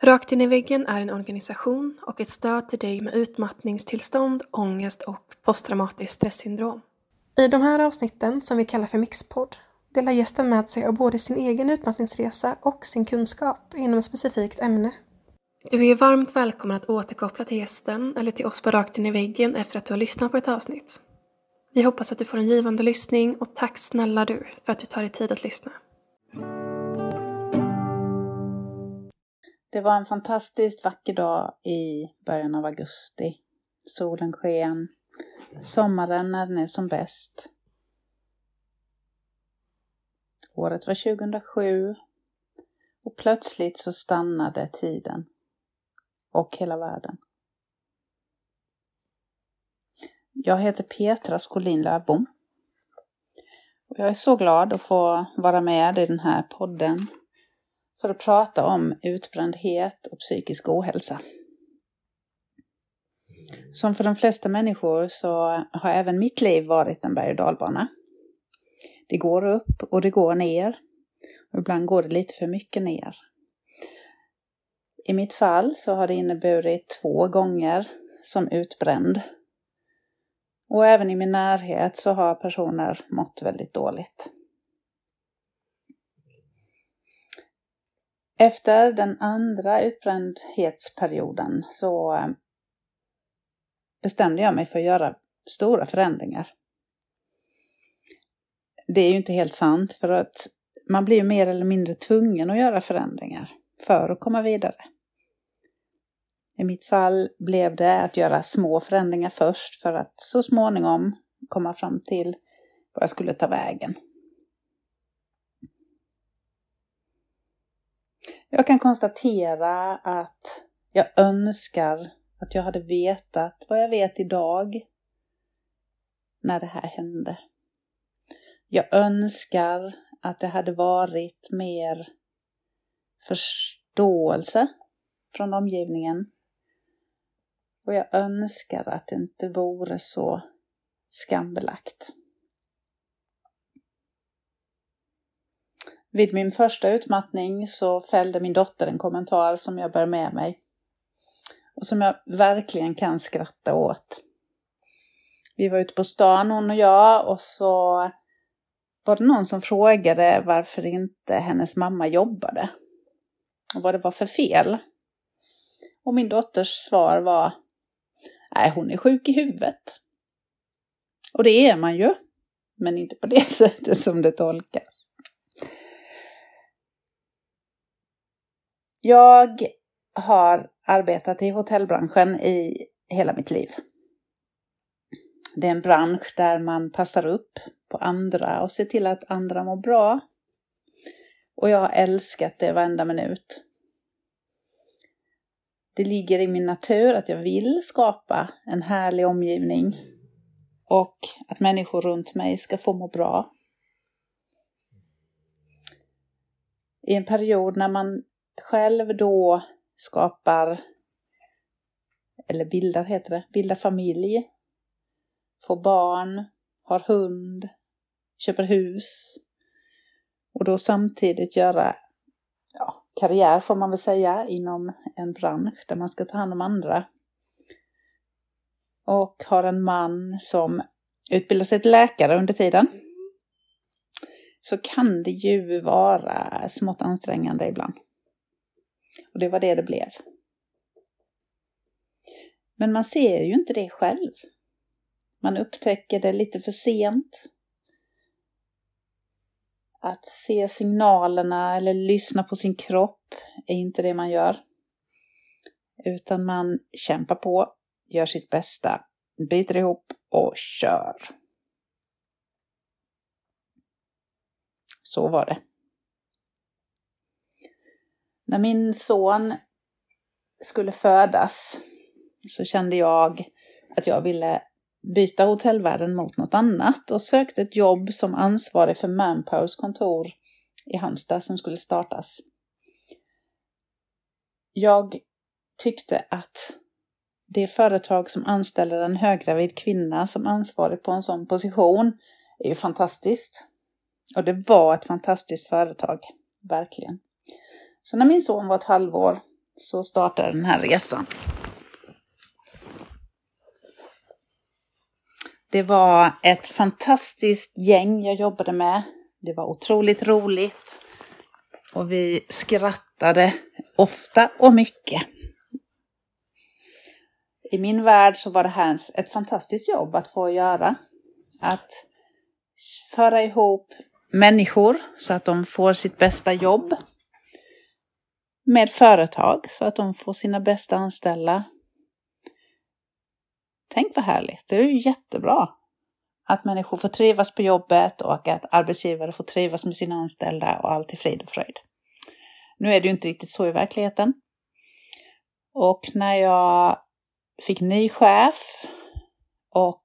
Rakt in i väggen är en organisation och ett stöd till dig med utmattningstillstånd, ångest och posttraumatiskt stresssyndrom. I de här avsnitten, som vi kallar för Mixpodd, delar gästen med sig av både sin egen utmattningsresa och sin kunskap inom ett specifikt ämne. Du är varmt välkommen att återkoppla till gästen eller till oss på Rakt in i väggen efter att du har lyssnat på ett avsnitt. Vi hoppas att du får en givande lyssning och tack snälla du för att du tar dig tid att lyssna. Det var en fantastiskt vacker dag i början av augusti. Solen sken. Sommaren när den är som bäst. Året var 2007. Och plötsligt så stannade tiden. Och hela världen. Jag heter Petra Skolin Lövbom. Och jag är så glad att få vara med i den här podden. För att prata om utbrändhet och psykisk ohälsa. Som för de flesta människor så har även mitt liv varit en berg- och dalbana. Det går upp och det går ner. Och ibland går det lite för mycket ner. I mitt fall så har det inneburit 2 gånger som utbränd. Och även i min närhet så har personer mått väldigt dåligt. Efter den andra utbrändhetsperioden så bestämde jag mig för att göra stora förändringar. Det är ju inte helt sant, för att man blir ju mer eller mindre tvungen att göra förändringar för att komma vidare. I mitt fall blev det att göra små förändringar först för att så småningom komma fram till vad jag skulle ta vägen. Jag kan konstatera att jag önskar att jag hade vetat vad jag vet idag när det här hände. Jag önskar att det hade varit mer förståelse från omgivningen. Och jag önskar att det inte vore så skambelagt. Vid min första utmattning så fällde min dotter en kommentar som jag bär med mig. Och som jag verkligen kan skratta åt. Vi var ute på stan, hon och jag, och så var det någon som frågade varför inte hennes mamma jobbade. Och vad det var för fel. Och min dotters svar var: nej, hon är sjuk i huvudet. Och det är man ju. Men inte på det sättet som det tolkas. Jag har arbetat i hotellbranschen i hela mitt liv. Det är en bransch där man passar upp på andra och ser till att andra mår bra. Och jag har älskat det varenda minut. Det ligger i min natur att jag vill skapa en härlig omgivning. Och att människor runt mig ska få må bra. I en period när man själv då skapar, eller bildar familj, får barn, har hund, köper hus och då samtidigt göra karriär får man väl säga inom en bransch där man ska ta hand om andra. Och har en man som utbildar sig till läkare under tiden. Så kan det ju vara smått ansträngande ibland. Och det var det blev. Men man ser ju inte det själv. Man upptäcker det lite för sent. Att se signalerna eller lyssna på sin kropp är inte det man gör. Utan man kämpar på, gör sitt bästa, biter ihop och kör. Så var det. När min son skulle födas så kände jag att jag ville byta hotellvärlden mot något annat och sökte ett jobb som ansvarig för Manpowers kontor i Halmstad som skulle startas. Jag tyckte att det företag som anställer en höggravid kvinna som ansvarig på en sån position är ju fantastiskt. Och det var ett fantastiskt företag, verkligen. Så när min son var ett halvår så startade den här resan. Det var ett fantastiskt gäng jag jobbade med. Det var otroligt roligt. Och vi skrattade ofta och mycket. I min värld så var det här ett fantastiskt jobb att få göra. Att föra ihop människor så att de får sitt bästa jobb. Med företag så att de får sina bästa anställda. Tänk vad härligt. Det är ju jättebra. Att människor får trivas på jobbet och att arbetsgivare får trivas med sina anställda och allt är frid och fröjd. Nu är det ju inte riktigt så i verkligheten. Och när jag fick ny chef och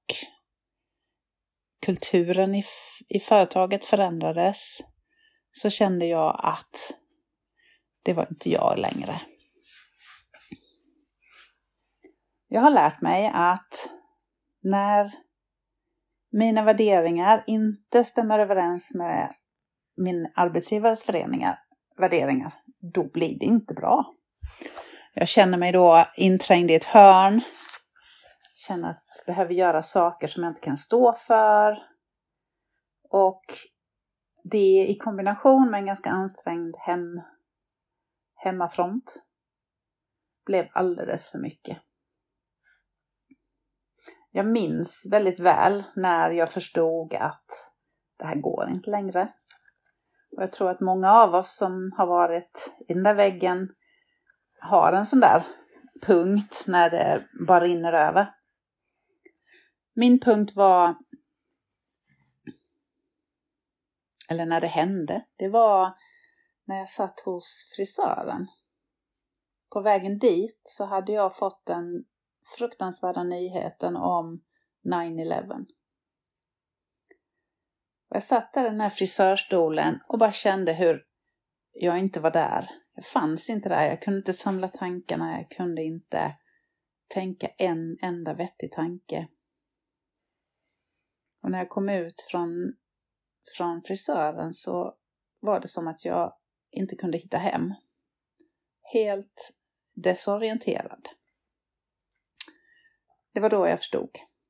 kulturen i företaget förändrades så kände jag att det var inte jag längre. Jag har lärt mig att när mina värderingar inte stämmer överens med min arbetsgivares värderingar, då blir det inte bra. Jag känner mig då inträngd i ett hörn. Känner att jag behöver göra saker som jag inte kan stå för. Och det i kombination med en ganska ansträngd hemmafront blev alldeles för mycket. Jag minns väldigt väl när jag förstod att det här går inte längre. Och jag tror att många av oss som har varit i den där väggen har en sån där punkt när det bara rinner över. Min punkt var, eller när det hände, det var när jag satt hos frisören. På vägen dit så hade jag fått den fruktansvärda nyheten om 9/11. Jag satt där i den här frisörstolen och bara kände hur jag inte var där. Jag fanns inte där, jag kunde inte samla tankarna, jag kunde inte tänka en enda vettig tanke. Och när jag kom ut från frisören så var det som att jag inte kunde hitta hem. Helt desorienterad. Det var då jag förstod.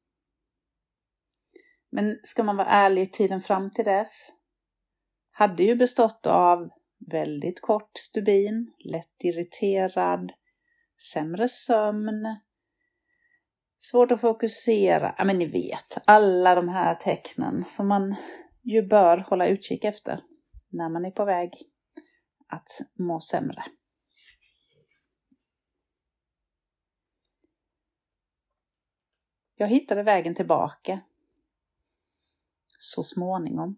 Men ska man vara ärlig, tiden fram till dess hade ju bestått av väldigt kort stubin, lätt irriterad, sämre sömn, svårt att fokusera. Ja, men ni vet, alla de här tecknen som man ju bör hålla utkik efter när man är på väg att må sämre. Jag hittade vägen tillbaka så småningom.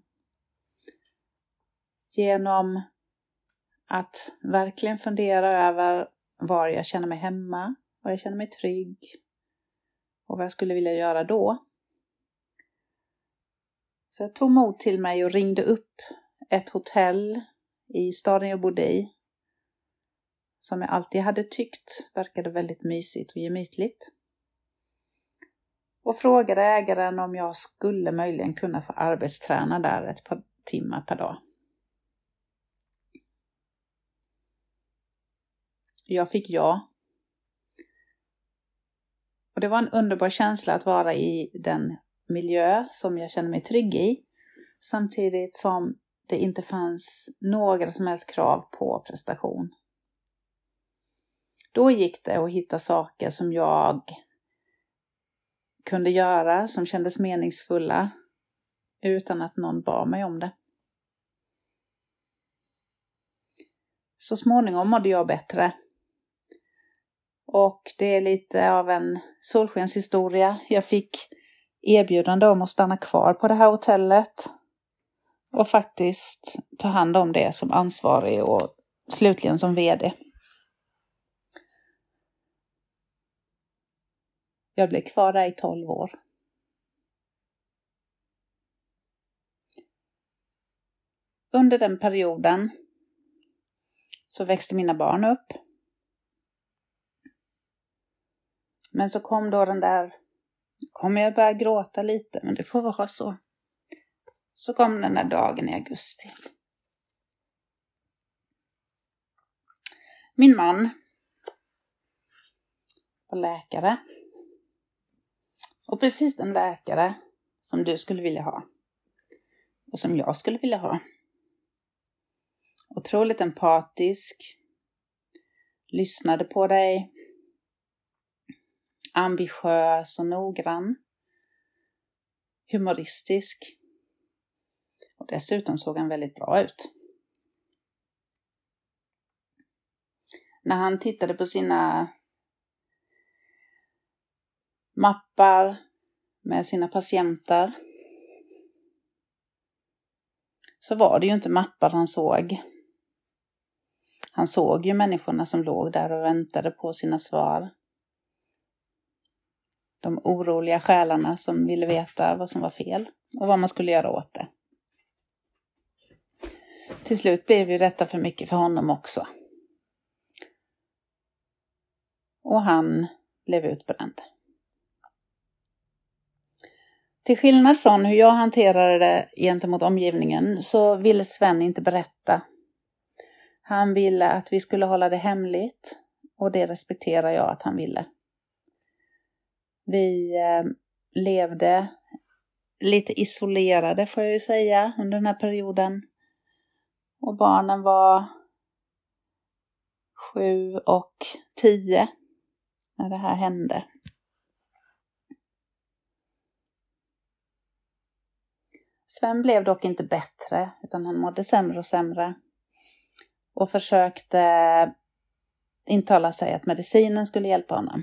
Genom att verkligen fundera över var jag känner mig hemma, var jag känner mig trygg och vad jag skulle vilja göra då. Så jag tog mod till mig och ringde upp ett hotell i staden jag bodde i. Som jag alltid hade tyckt verkade väldigt mysigt och gemytligt. Och frågade ägaren om jag skulle möjligen kunna få arbetsträna där ett par timmar per dag. Jag fick ja. Och det var en underbar känsla att vara i den miljö som jag kände mig trygg i. Samtidigt som det inte fanns några som helst krav på prestation. Då gick det att hitta saker som jag kunde göra som kändes meningsfulla utan att någon bad mig om det. Så småningom mådde jag bättre. Och det är lite av en solskenshistoria. Jag fick erbjudande om att stanna kvar på det här hotellet. Och faktiskt ta hand om det som ansvarig och slutligen som vd. Jag blev kvar där i 12 år. Under den perioden så växte mina barn upp. Men så kom då den där, kommer jag börja gråta lite, men det får vara så. Så kom den där dagen i augusti. Min man var läkare. Och precis den läkare som du skulle vilja ha. Och som jag skulle vilja ha. Otroligt empatisk. Lyssnade på dig. Ambitiös och noggrann. Humoristisk. Och dessutom såg han väldigt bra ut. När han tittade på sina mappar med sina patienter så var det ju inte mappar han såg. Han såg ju människorna som låg där och väntade på sina svar. De oroliga själarna som ville veta vad som var fel och vad man skulle göra åt det. Till slut blev ju detta för mycket för honom också. Och han blev utbränd. Till skillnad från hur jag hanterade det gentemot omgivningen så ville Sven inte berätta. Han ville att vi skulle hålla det hemligt och det respekterar jag att han ville. Vi levde lite isolerade får jag ju säga under den här perioden. Och barnen var 7 och 10 när det här hände. Sven blev dock inte bättre utan han mådde sämre och sämre. Och försökte intala sig att medicinen skulle hjälpa honom.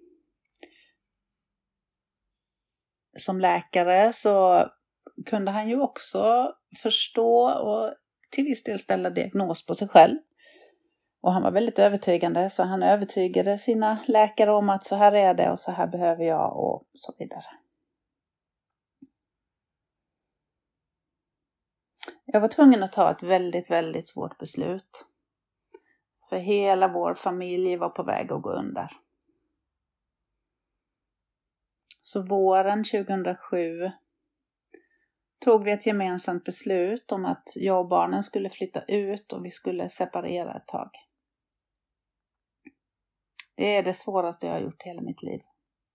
Som läkare så kunde han ju också förstå och till viss del ställa diagnos på sig själv. Och han var väldigt övertygande så han övertygade sina läkare om att så här är det och så här behöver jag och så vidare. Jag var tvungen att ta ett väldigt, väldigt svårt beslut. För hela vår familj var på väg att gå under. Så våren 2007 tog vi ett gemensamt beslut om att jag och barnen skulle flytta ut och vi skulle separera ett tag. Det är det svåraste jag har gjort i hela mitt liv.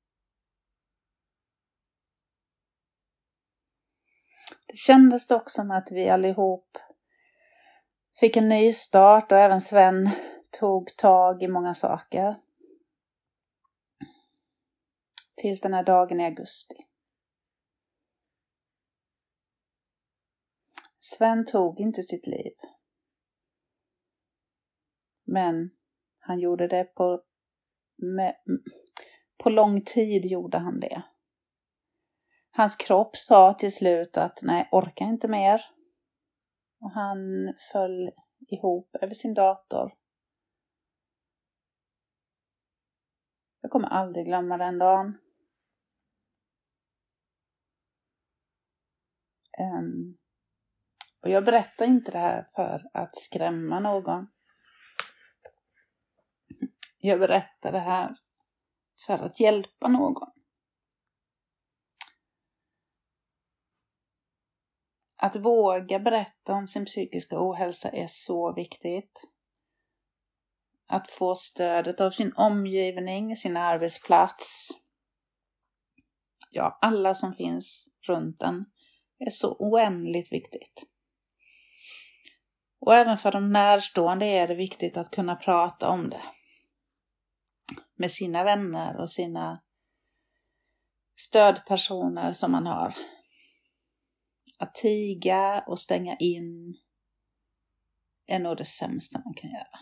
Det kändes dock som att vi allihop fick en ny start och även Sven tog tag i många saker. Tills den här dagen i augusti. Sven tog inte sitt liv. Men han gjorde det på lång tid gjorde han det. Hans kropp sa till slut att nej, orkar inte mer. Och han föll ihop över sin dator. Jag kommer aldrig glömma den dagen. Och jag berättar inte det här för att skrämma någon. Jag berättar det här för att hjälpa någon. Att våga berätta om sin psykiska ohälsa är så viktigt. Att få stödet av sin omgivning, sin arbetsplats. Ja, alla som finns runt en är så oändligt viktigt. Och även för de närstående är det viktigt att kunna prata om det. Med sina vänner och sina stödpersoner som man har. Att tiga och stänga in är nog det sämsta man kan göra.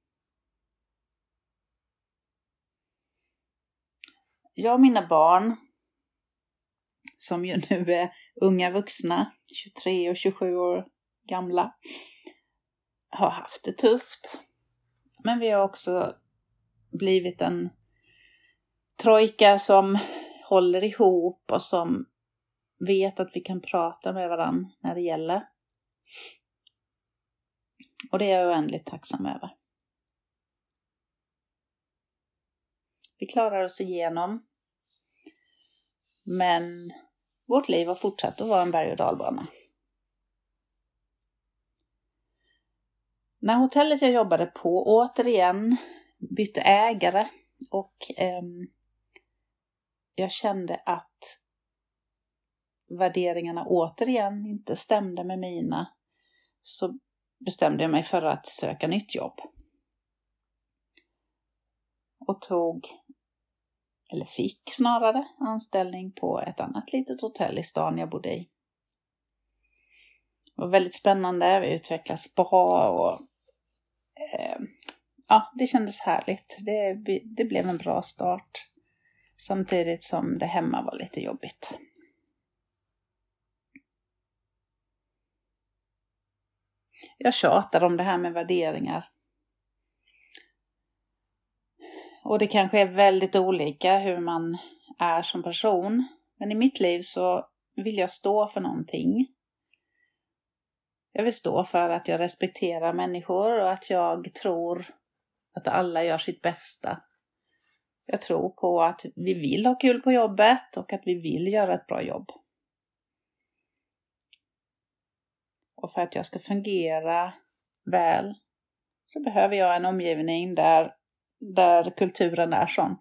Jag och mina barn, som ju nu är unga vuxna, 23 och 27 år gamla, har haft det tufft. Men vi har också blivit en trojka som håller ihop och som vet att vi kan prata med varandra när det gäller. Och det är jag oändligt tacksam över. Vi klarar oss igenom. Men vårt liv har fortsatt att vara en berg- och dalbana. När hotellet jag jobbade på återigen bytte ägare och jag kände att värderingarna återigen inte stämde med mina, så bestämde jag mig för att söka nytt jobb. Och fick snarare anställning på ett annat litet hotell i stan jag bodde i. Det var väldigt spännande, vi utvecklade spa och det kändes härligt. Det blev en bra start. Samtidigt som det hemma var lite jobbigt. Jag tjatar om det här med värderingar. Och det kanske är väldigt olika hur man är som person. Men i mitt liv så vill jag stå för någonting. Jag vill stå för att jag respekterar människor och att jag tror att alla gör sitt bästa. Jag tror på att vi vill ha kul på jobbet och att vi vill göra ett bra jobb. Och för att jag ska fungera väl så behöver jag en omgivning där kulturen är sån.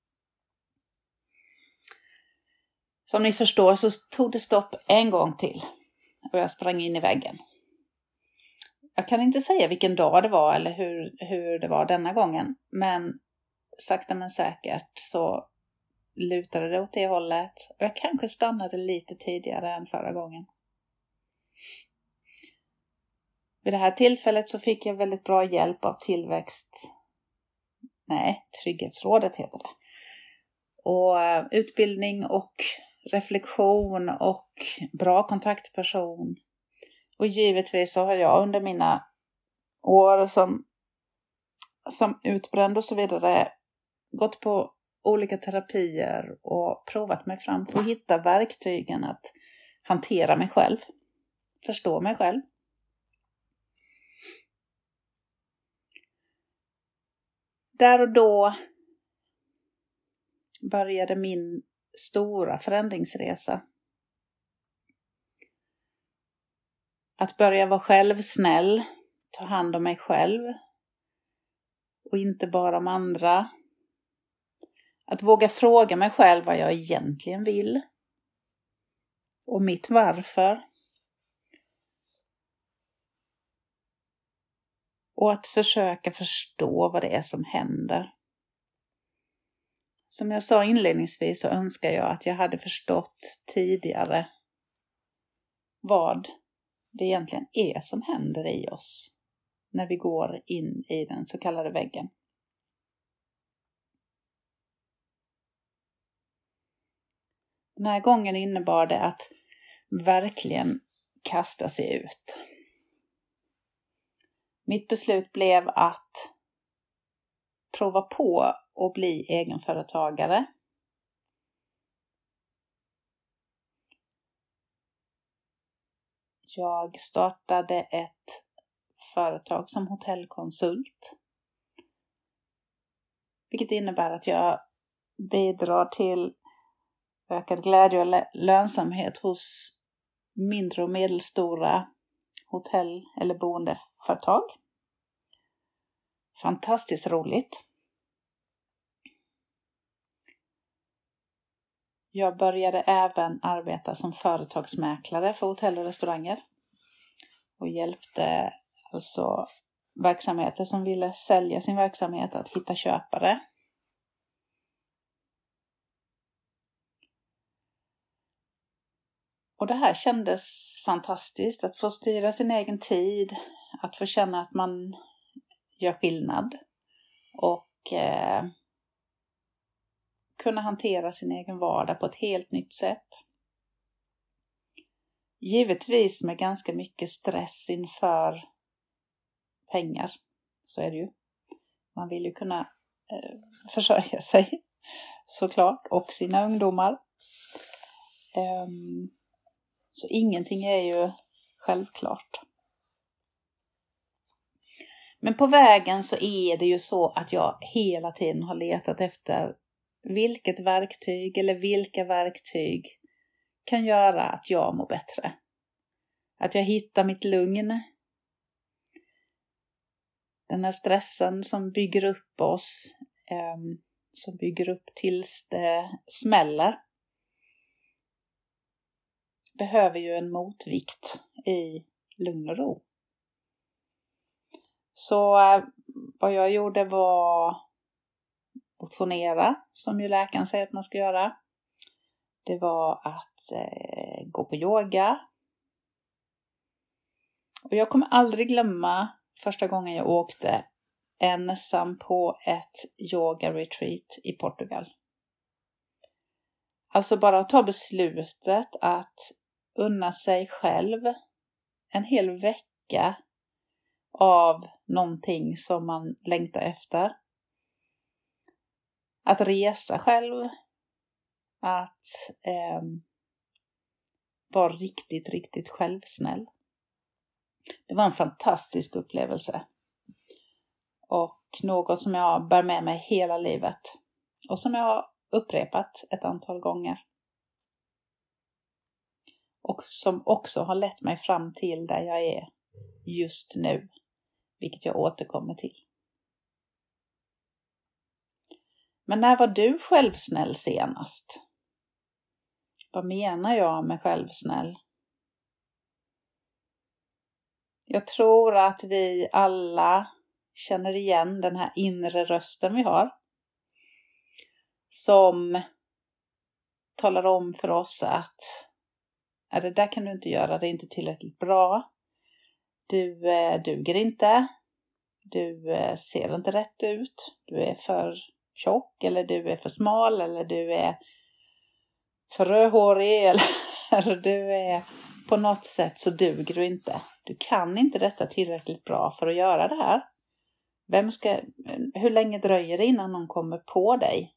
Som ni förstår så tog det stopp en gång till och jag sprang in i väggen. Jag kan inte säga vilken dag det var eller hur det var denna gången, men sakta men säkert så lutade det åt det hållet och jag kanske stannade lite tidigare än förra gången. Vid det här tillfället så fick jag väldigt bra hjälp av Trygghetsrådet heter det. Och utbildning och reflektion och bra kontaktperson. Och givetvis så har jag under mina år som utbränd och så vidare gått på olika terapier och provat mig fram för att hitta verktygen att hantera mig själv, förstå mig själv. Där och då började min stora förändringsresa. Att börja vara självsnäll, ta hand om mig själv och inte bara om andra. Att våga fråga mig själv vad jag egentligen vill och mitt varför. Och att försöka förstå vad det är som händer. Som jag sa inledningsvis så önskar jag att jag hade förstått tidigare vad det egentligen är som händer i oss när vi går in i den så kallade väggen. Den här gången innebar det att verkligen kasta sig ut. Mitt beslut blev att prova på att bli egenföretagare. Jag startade ett företag som hotellkonsult. Vilket innebär att jag bidrar till ökad glädje och lönsamhet hos mindre och medelstora hotell- eller boendeföretag. Fantastiskt roligt. Jag började även arbeta som företagsmäklare för hotell och restauranger. Och hjälpte alltså verksamheter som ville sälja sin verksamhet att hitta köpare. Och det här kändes fantastiskt, att få styra sin egen tid, att få känna att man gör skillnad och kunna hantera sin egen vardag på ett helt nytt sätt. Givetvis med ganska mycket stress inför pengar, så är det ju. Man vill ju kunna försörja sig såklart och sina ungdomar. Så ingenting är ju självklart. Men på vägen så är det ju så att jag hela tiden har letat efter vilket verktyg eller vilka verktyg kan göra att jag mår bättre. Att jag hittar mitt lugn. Den här stressen som bygger upp oss, som bygger upp tills det smäller behöver ju en motvikt i lugn och ro. Så vad jag gjorde var motionera, som ju läkaren säger att man ska göra. Det var att gå på yoga. Och jag kommer aldrig glömma första gången jag åkte ensam på ett yoga-retreat i Portugal. Alltså bara att ta beslutet att unna sig själv en hel vecka av någonting som man längtar efter. Att resa själv. Att vara riktigt, riktigt självsnäll. Det var en fantastisk upplevelse. Och något som jag bär med mig hela livet. Och som jag har upprepat ett antal gånger. Och som också har lett mig fram till där jag är just nu. Vilket jag återkommer till. Men när var du självsnäll senast? Vad menar jag med självsnäll? Jag tror att vi alla känner igen den här inre rösten vi har. Som talar om för oss att det där kan du inte göra, det är inte tillräckligt bra. Du duger inte. Du ser inte rätt ut. Du är för tjock eller du är för smal eller du är för rödhårig eller du är på något sätt så duger du inte. Du kan inte detta tillräckligt bra för att göra det här. Hur länge dröjer det innan någon kommer på dig?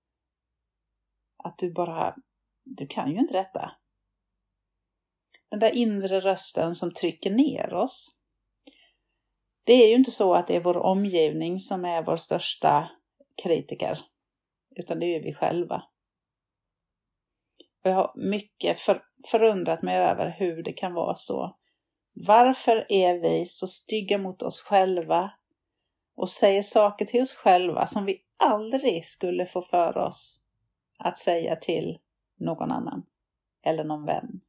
Att du kan ju inte detta. Den där inre rösten som trycker ner oss. Det är ju inte så att det är vår omgivning som är vår största kritiker. Utan det är ju vi själva. Och jag har mycket förundrat mig över hur det kan vara så. Varför är vi så stygga mot oss själva och säger saker till oss själva som vi aldrig skulle få för oss att säga till någon annan eller någon vän?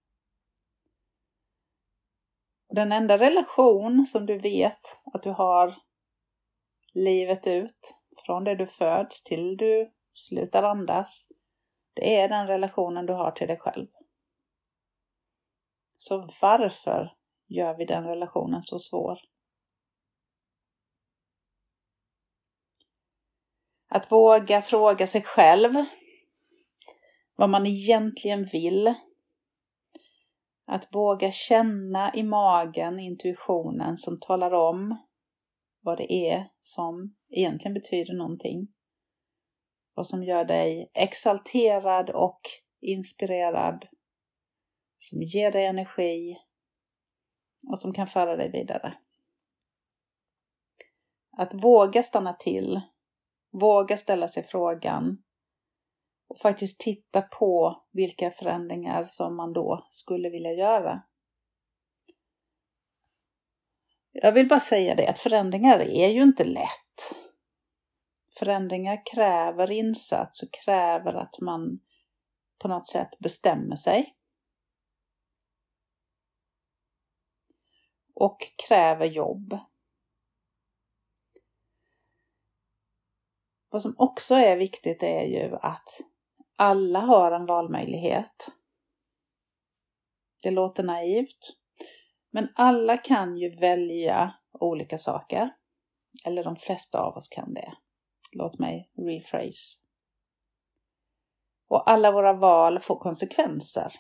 Och den enda relation som du vet att du har livet ut, från det du föds till du slutar andas, det är den relationen du har till dig själv. Så varför gör vi den relationen så svår? Att våga fråga sig själv vad man egentligen vill. Att våga känna i magen intuitionen som talar om vad det är som egentligen betyder någonting. Vad som gör dig exalterad och inspirerad. Som ger dig energi och som kan föra dig vidare. Att våga stanna till. Våga ställa sig frågan. Och faktiskt titta på vilka förändringar som man då skulle vilja göra. Jag vill bara säga det att förändringar är ju inte lätt. Förändringar kräver insats och kräver att man på något sätt bestämmer sig. Och kräver jobb. Vad som också är viktigt är ju att alla har en valmöjlighet. Det låter naivt. Men alla kan ju välja olika saker. Eller de flesta av oss kan det. Låt mig rephrase. Och alla våra val får konsekvenser.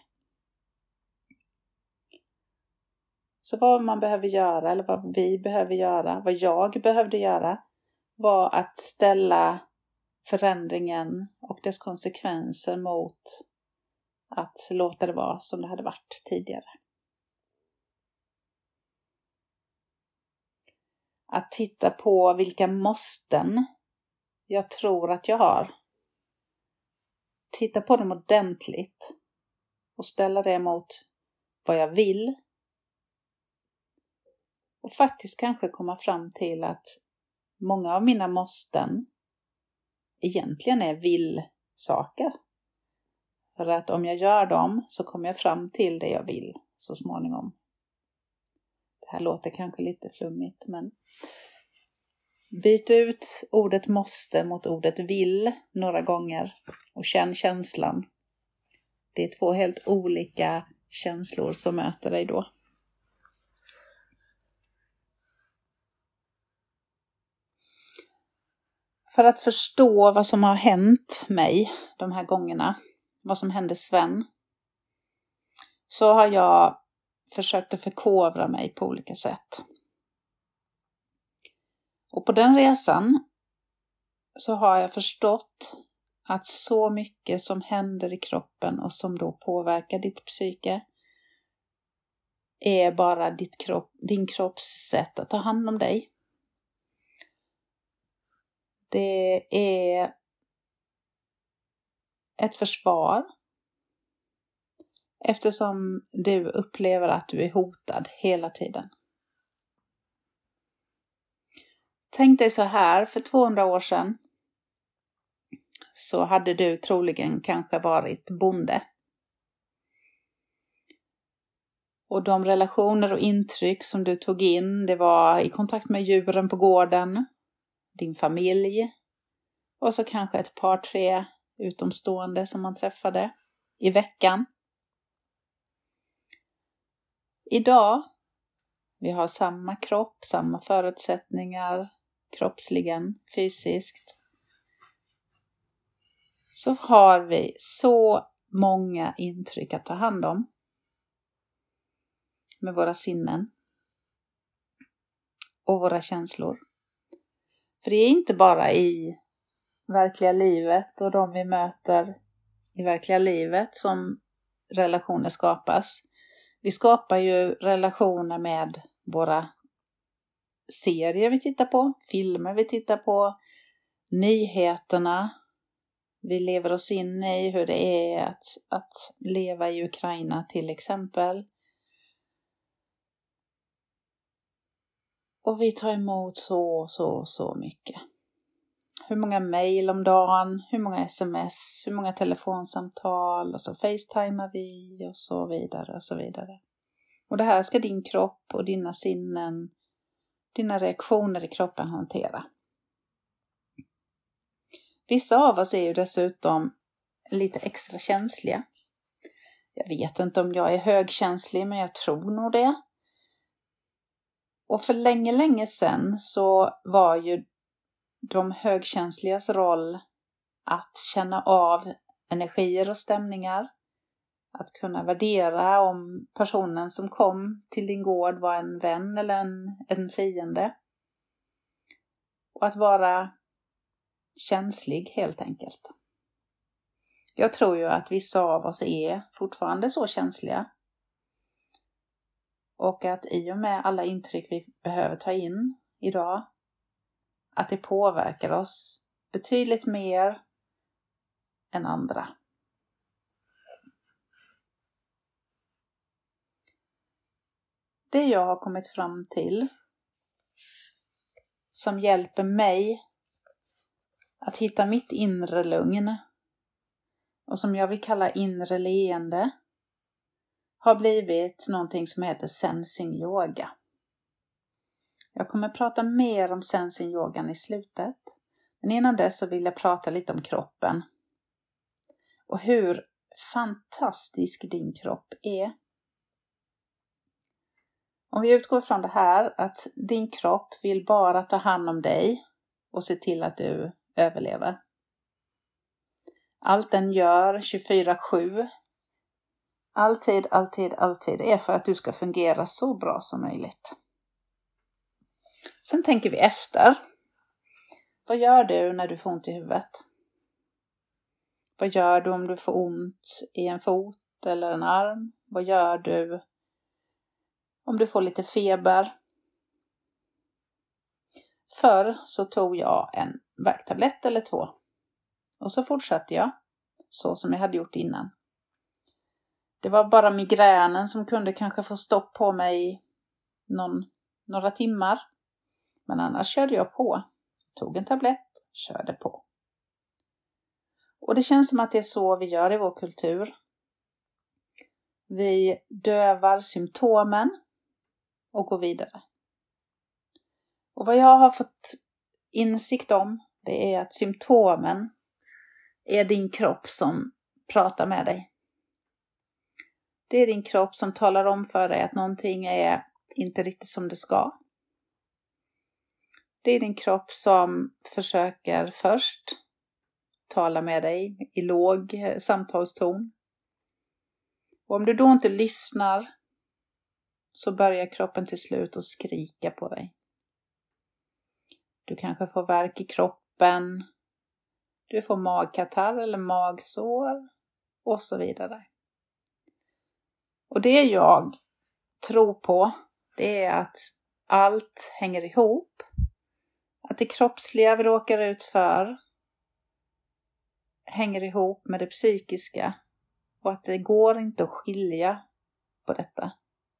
Så vad man behöver göra, eller vad vi behöver göra, vad jag behövde göra, var att ställa förändringen och dess konsekvenser mot att låta det vara som det hade varit tidigare. Att titta på vilka måsten jag tror att jag har. Titta på dem ordentligt och ställa det mot vad jag vill. Och faktiskt kanske komma fram till att många av mina måsten egentligen är vill-saker. För att om jag gör dem så kommer jag fram till det jag vill så småningom. Det här låter kanske lite flummigt, men byt ut ordet måste mot ordet vill några gånger och känn känslan. Det är 2 helt olika känslor som möter dig då. För att förstå vad som har hänt mig de här gångerna, vad som hände Sven, så har jag försökt att förkovra mig på olika sätt. Och på den resan så har jag förstått att så mycket som händer i kroppen och som då påverkar ditt psyke är bara din kropps sätt att ta hand om dig. Det är ett försvar eftersom du upplever att du är hotad hela tiden. Tänk dig så här, för 200 år sedan så hade du troligen kanske varit bonde. Och de relationer och intryck som du tog in, det var i kontakt med djuren på gården, din familj och så kanske ett par 3 utomstående som man träffade i veckan. Idag, vi har samma kropp, samma förutsättningar, kroppsligen, fysiskt. Så har vi så många intryck att ta hand om med våra sinnen och våra känslor. För det är inte bara i verkliga livet och de vi möter i verkliga livet som relationer skapas. Vi skapar ju relationer med våra serier vi tittar på, filmer vi tittar på, nyheterna. Vi lever oss in i hur det är att leva i Ukraina till exempel. Och vi tar emot så mycket. Hur många mejl om dagen, hur många sms, hur många telefonsamtal och så facetimar vi och så vidare och så vidare. Och det här ska din kropp och dina sinnen, dina reaktioner i kroppen hantera. Vissa av oss är ju dessutom lite extra känsliga. Jag vet inte om jag är högkänslig, men jag tror nog det. Och för länge sedan så var ju de högkänsligas roll att känna av energier och stämningar. Att kunna värdera om personen som kom till din gård var en vän eller en fiende. Och att vara känslig helt enkelt. Jag tror ju att vissa av oss är fortfarande så känsliga. Och att i och med alla intryck vi behöver ta in idag, att det påverkar oss betydligt mer än andra. Det jag har kommit fram till som hjälper mig att hitta mitt inre lugn och som jag vill kalla inre leende har blivit någonting som heter sensing yoga. Jag kommer prata mer om sensing yogan i slutet. Men innan dess så vill jag prata lite om kroppen. Och hur fantastisk din kropp är. Om vi utgår från det här att din kropp vill bara ta hand om dig och se till att du överlever. Allt den gör 24/7. Alltid är för att du ska fungera så bra som möjligt. Sen tänker vi efter. Vad gör du när du får ont i huvudet? Vad gör du om du får ont i en fot eller en arm? Vad gör du om du får lite feber? Förr så tog jag en värktablett eller 2. Och så fortsatte jag så som jag hade gjort innan. Det var bara migränen som kunde kanske få stopp på mig några timmar. Men annars körde jag på. Tog en tablett, körde på. Och det känns som att det är så vi gör i vår kultur. Vi dövar symptomen och går vidare. Och vad jag har fått insikt om, det är att symptomen är din kropp som pratar med dig. Det är din kropp som talar om för dig att någonting är inte riktigt som det ska. Det är din kropp som försöker först tala med dig i låg samtalston. Och om du då inte lyssnar så börjar kroppen till slut att skrika på dig. Du kanske får värk i kroppen. Du får magkatarr eller magsår och så vidare. Och det jag tror på, det är att allt hänger ihop. Att det kroppsliga vi råkar ut för hänger ihop med det psykiska. Och att det går inte att skilja på detta.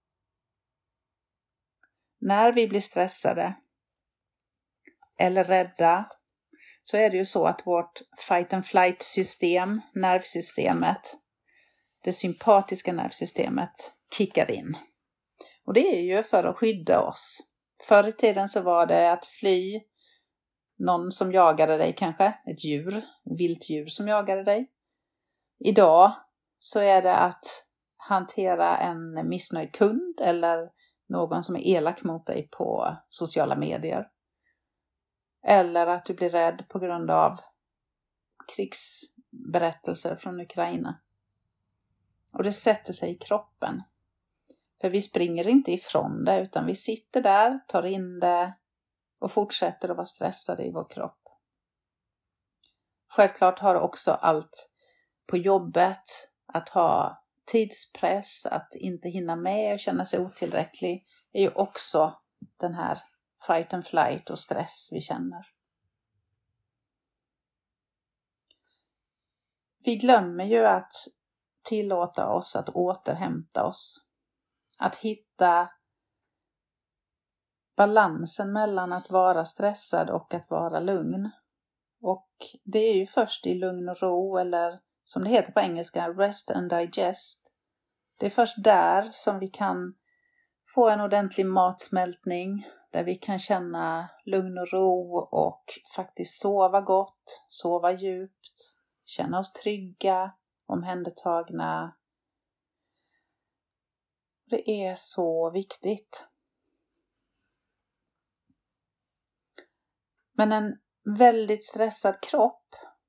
När vi blir stressade eller rädda så är det ju så att vårt fight and flight system, nervsystemet, det sympatiska nervsystemet kickar in. Och det är ju för att skydda oss. Förr i tiden så var det att fly, någon som jagade dig kanske, ett djur, vilt djur som jagade dig. Idag så är det att hantera en missnöjd kund eller någon som är elak mot dig på sociala medier. Eller att du blir rädd på grund av krigsberättelser från Ukraina. Och det sätter sig i kroppen. För vi springer inte ifrån det utan vi sitter där, tar in det och fortsätter att vara stressade i vår kropp. Självklart har också allt på jobbet, att ha tidspress, att inte hinna med och känna sig otillräcklig, är ju också den här fight and flight och stress vi känner. Vi glömmer ju att tillåta oss att återhämta oss. Att hitta balansen mellan att vara stressad och att vara lugn. Och det är ju först i lugn och ro, eller som det heter på engelska, rest and digest. Det är först där som vi kan få en ordentlig matsmältning, där vi kan känna lugn och ro och faktiskt sova gott, sova djupt, känna oss trygga, omhändertagna. Det är så viktigt. Men en väldigt stressad kropp,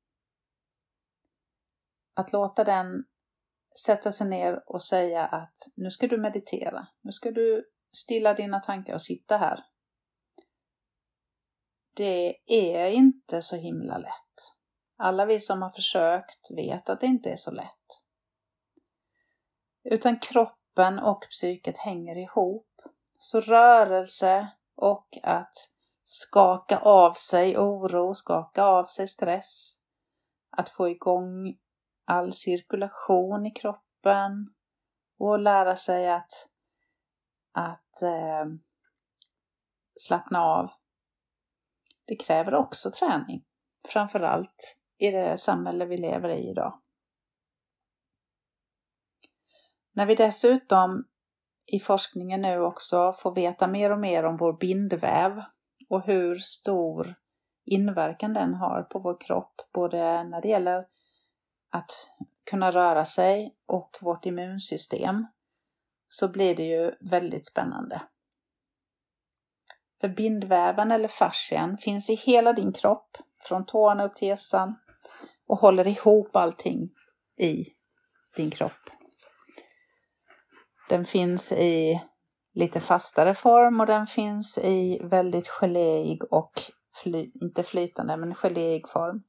att låta den sätta sig ner och säga att nu ska du meditera, nu ska du stilla dina tankar och sitta här. Det är inte så himla lätt. Alla vi som har försökt vet att det inte är så lätt. Utan kroppen och psyket hänger ihop. Så rörelse och att skaka av sig oro, skaka av sig stress. Att få igång all cirkulation i kroppen och lära sig att slappna av. Det kräver också träning, framförallt i det samhälle vi lever i idag. När vi dessutom i forskningen nu också får veta mer och mer om vår bindväv och hur stor inverkan den har på vår kropp, både när det gäller att kunna röra sig och vårt immunsystem, så blir det ju väldigt spännande. För bindväven eller fascian finns i hela din kropp, från tårna upp till hjässan, och håller ihop allting i din kropp. Den finns i lite fastare form och den finns i väldigt geléig och inte flytande men geléig form.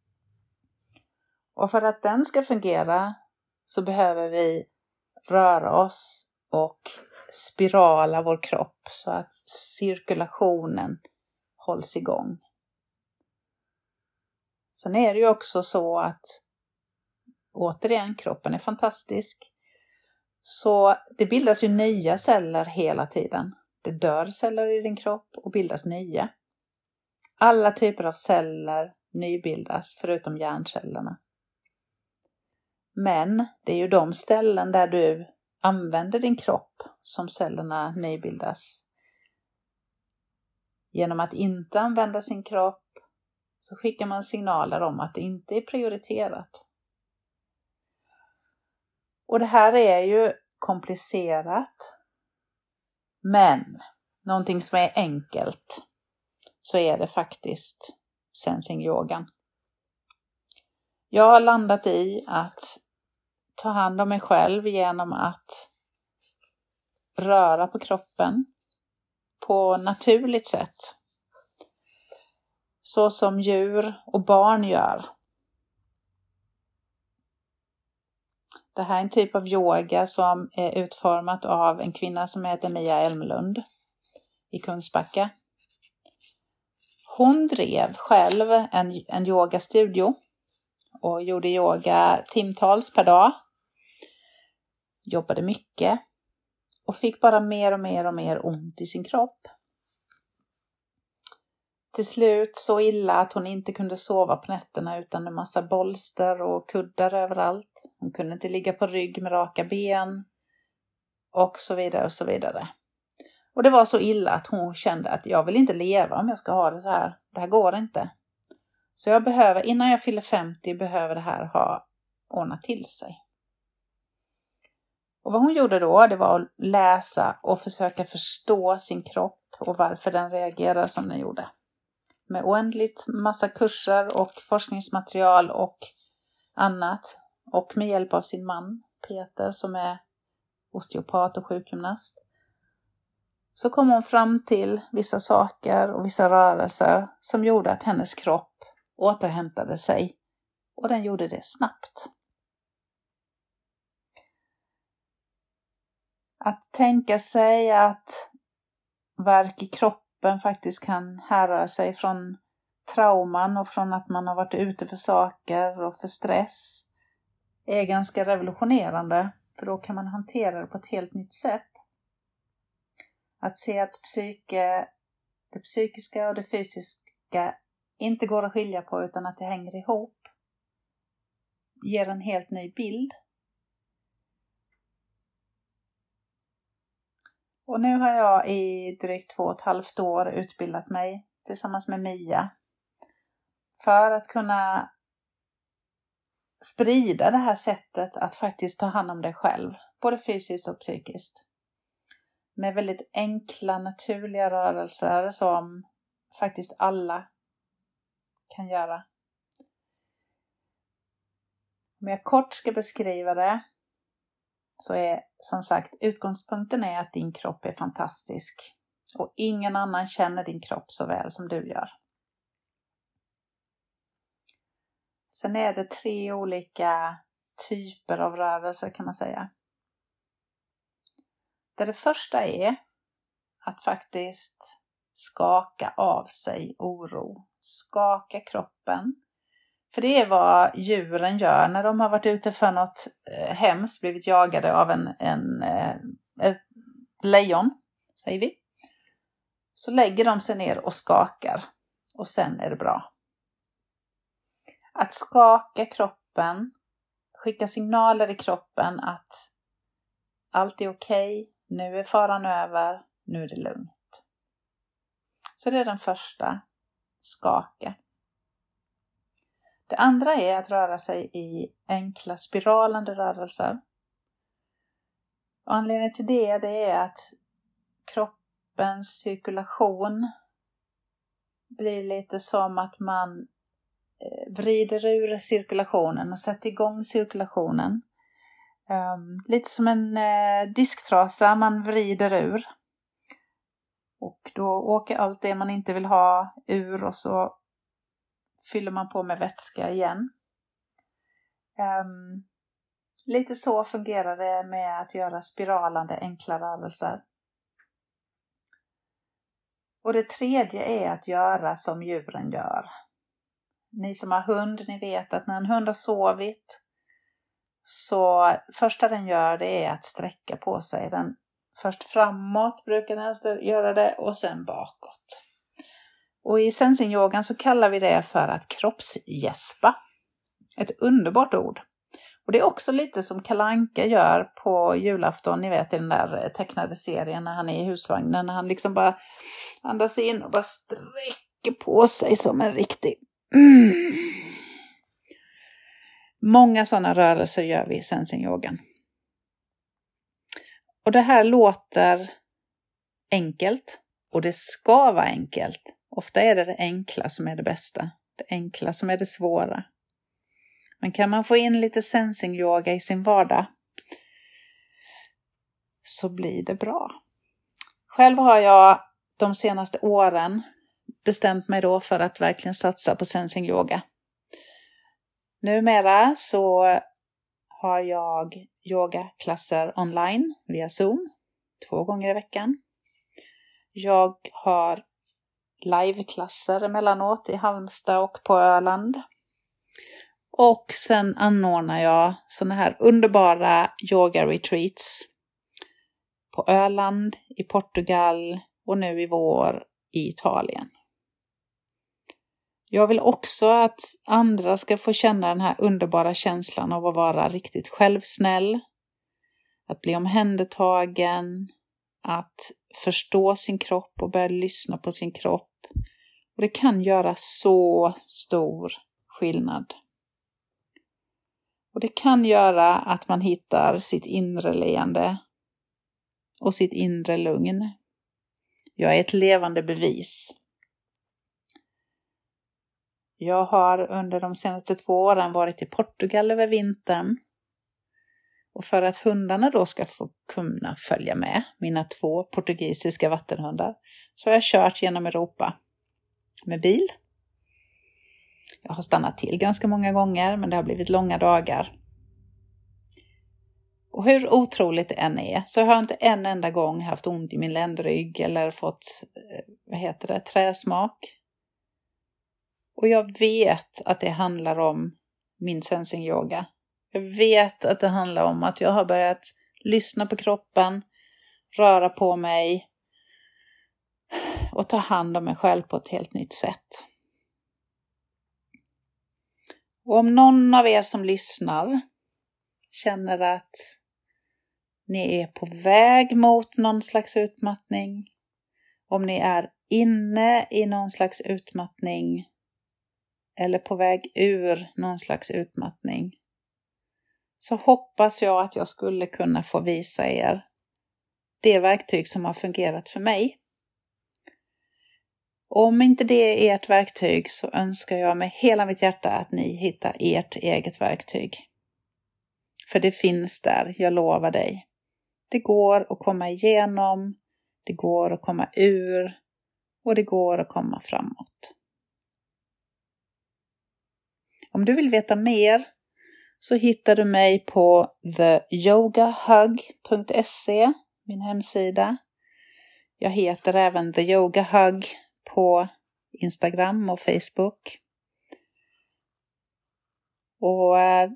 Och för att den ska fungera så behöver vi röra oss och spirala vår kropp så att cirkulationen hålls igång. Sen är det ju också så att återigen, kroppen är fantastisk. Så det bildas ju nya celler hela tiden. Det dör celler i din kropp och bildas nya. Alla typer av celler nybildas förutom hjärncellerna. Men det är ju de ställen där du använder din kropp som cellerna nybildas. Genom att inte använda sin kropp så skickar man signaler om att det inte är prioriterat. Och det här är ju komplicerat. Men någonting som är enkelt så är det faktiskt sensing-yogan. Jag har landat i att ta hand om mig själv genom att röra på kroppen på naturligt sätt. Så som djur och barn gör. Det här är en typ av yoga som är utformat av en kvinna som heter Mia Elmlund i Kungsbacka. Hon drev själv en yogastudio och gjorde yoga timtals per dag. Jobbade mycket och fick bara mer och mer ont i sin kropp. Till slut så illa att hon inte kunde sova på nätterna utan en massa bolster och kuddar överallt. Hon kunde inte ligga på rygg med raka ben och så vidare och så vidare. Och det var så illa att hon kände att jag vill inte leva om jag ska ha det så här. Det här går inte. Så jag behöver, innan jag fyller 50, behöver det här ha ordnat till sig. Och vad hon gjorde då, det var att läsa och försöka förstå sin kropp och varför den reagerar som den gjorde. Med oändligt massa kurser och forskningsmaterial och annat. Och med hjälp av sin man Peter som är osteopat och sjukgymnast. Så kom hon fram till vissa saker och vissa rörelser som gjorde att hennes kropp återhämtade sig. Och den gjorde det snabbt. Att tänka sig att värk i kroppen faktiskt kan härröra sig från trauman och från att man har varit ute för saker och för stress är ganska revolutionerande. För då kan man hantera det på ett helt nytt sätt. Att se att det psykiska och det fysiska inte går att skilja på utan att det hänger ihop ger en helt ny bild. Och nu har jag i drygt 2,5 år utbildat mig tillsammans med Mia för att kunna sprida det här sättet att faktiskt ta hand om dig själv, både fysiskt och psykiskt. Med väldigt enkla, naturliga rörelser som faktiskt alla kan göra. Om jag kort ska beskriva det så är som sagt utgångspunkten är att din kropp är fantastisk. Och ingen annan känner din kropp så väl som du gör. Sen är det 3 olika typer av rörelser kan man säga. Det första är att faktiskt skaka av sig oro. Skaka kroppen. För det är vad djuren gör när de har varit ute för något hemskt, blivit jagade av ett lejon, säger vi. Så lägger de sig ner och skakar och sen är det bra. Att skaka kroppen, skicka signaler i kroppen att allt är okej, nu är faran över, nu är det lugnt. Så det är den första, skaka. Det andra är att röra sig i enkla spiralande rörelser. Och anledningen till det är att kroppens cirkulation blir lite som att man vrider ur cirkulationen och sätter igång cirkulationen. Lite som en disktrasa man vrider ur. Och då åker allt det man inte vill ha ur och så fyller man på med vätska igen. Lite så fungerar det med att göra spiralande enkla rörelser. Och det tredje är att göra som djuren gör. Ni som har hund, ni vet att när en hund har sovit så första den gör det är att sträcka på sig. Den först framåt brukar den göra det och sen bakåt. Och i sensing-yogan så kallar vi det för att kroppsgäspa. Ett underbart ord. Och Och det är också lite som Kalle Anka gör på julafton, ni vet i den där tecknade serien när han är i husvagnen. När han liksom bara andas in och bara sträcker på sig som en riktig... Många sådana rörelser gör vi i sensing-yogan. Och det här låter enkelt och det ska vara enkelt. Ofta är det enkla som är det bästa. Det enkla som är det svåra. Men kan man få in lite sensing-yoga i sin vardag så blir det bra. Själv har jag de senaste åren bestämt mig då för att verkligen satsa på sensing-yoga. Numera så har jag yogaklasser online via Zoom 2 gånger i veckan. Jag har liveklasser emellanåt i Halmstad och på Öland. Och sen anordnar jag såna här underbara yoga-retreats på Öland, i Portugal och nu i vår i Italien. Jag vill också att andra ska få känna den här underbara känslan av att vara riktigt självsnäll. Att bli omhändertagen. Att förstå sin kropp och börja lyssna på sin kropp. Och det kan göra så stor skillnad. Och det kan göra att man hittar sitt inre leende och sitt inre lugn. Jag är ett levande bevis. Jag har under de senaste 2 åren varit i Portugal över vintern. Och för att hundarna då ska få kunna följa med, mina 2 portugisiska vattenhundar, så har jag kört genom Europa med bil. Jag har stannat till ganska många gånger, men det har blivit långa dagar. Och hur otroligt det än är, så har jag inte en enda gång haft ont i min ländrygg eller fått, träsmak. Och jag vet att det handlar om min sensing-yoga. Jag vet att det handlar om att jag har börjat lyssna på kroppen, röra på mig och ta hand om mig själv på ett helt nytt sätt. Och om någon av er som lyssnar känner att ni är på väg mot någon slags utmattning, om ni är inne i någon slags utmattning eller på väg ur någon slags utmattning, så hoppas jag att jag skulle kunna få visa er det verktyg som har fungerat för mig. Om inte det är ert verktyg så önskar jag med hela mitt hjärta att ni hittar ert eget verktyg. För det finns där, jag lovar dig. Det går att komma igenom, det går att komma ur och det går att komma framåt. Om du vill veta mer så hittar du mig på theyogahug.se, min hemsida. Jag heter även The Yoga Hug på Instagram och Facebook. Och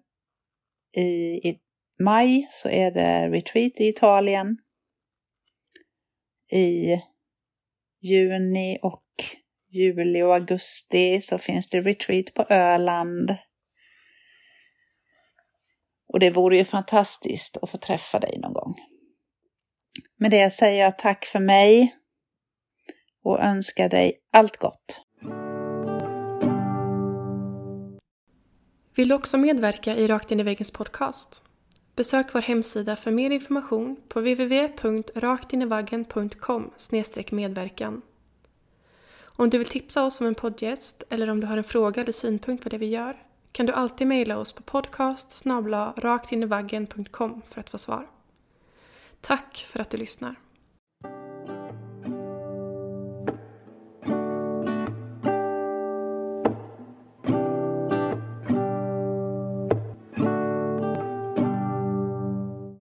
i maj så är det retreat i Italien. I juni och juli och augusti så finns det retreat på Öland. Och det vore ju fantastiskt att få träffa dig någon gång. Med det säger jag tack för mig och önskar dig allt gott. Vill du också medverka i Rakt in i väggens podcast? Besök vår hemsida för mer information på www.raktinivaggen.com/medverkan. Om du vill tipsa oss om en poddgäst eller om du har en fråga eller synpunkt på det vi gör kan du alltid mejla oss på podcast@raktinivaggen.com för att få svar. Tack för att du lyssnar.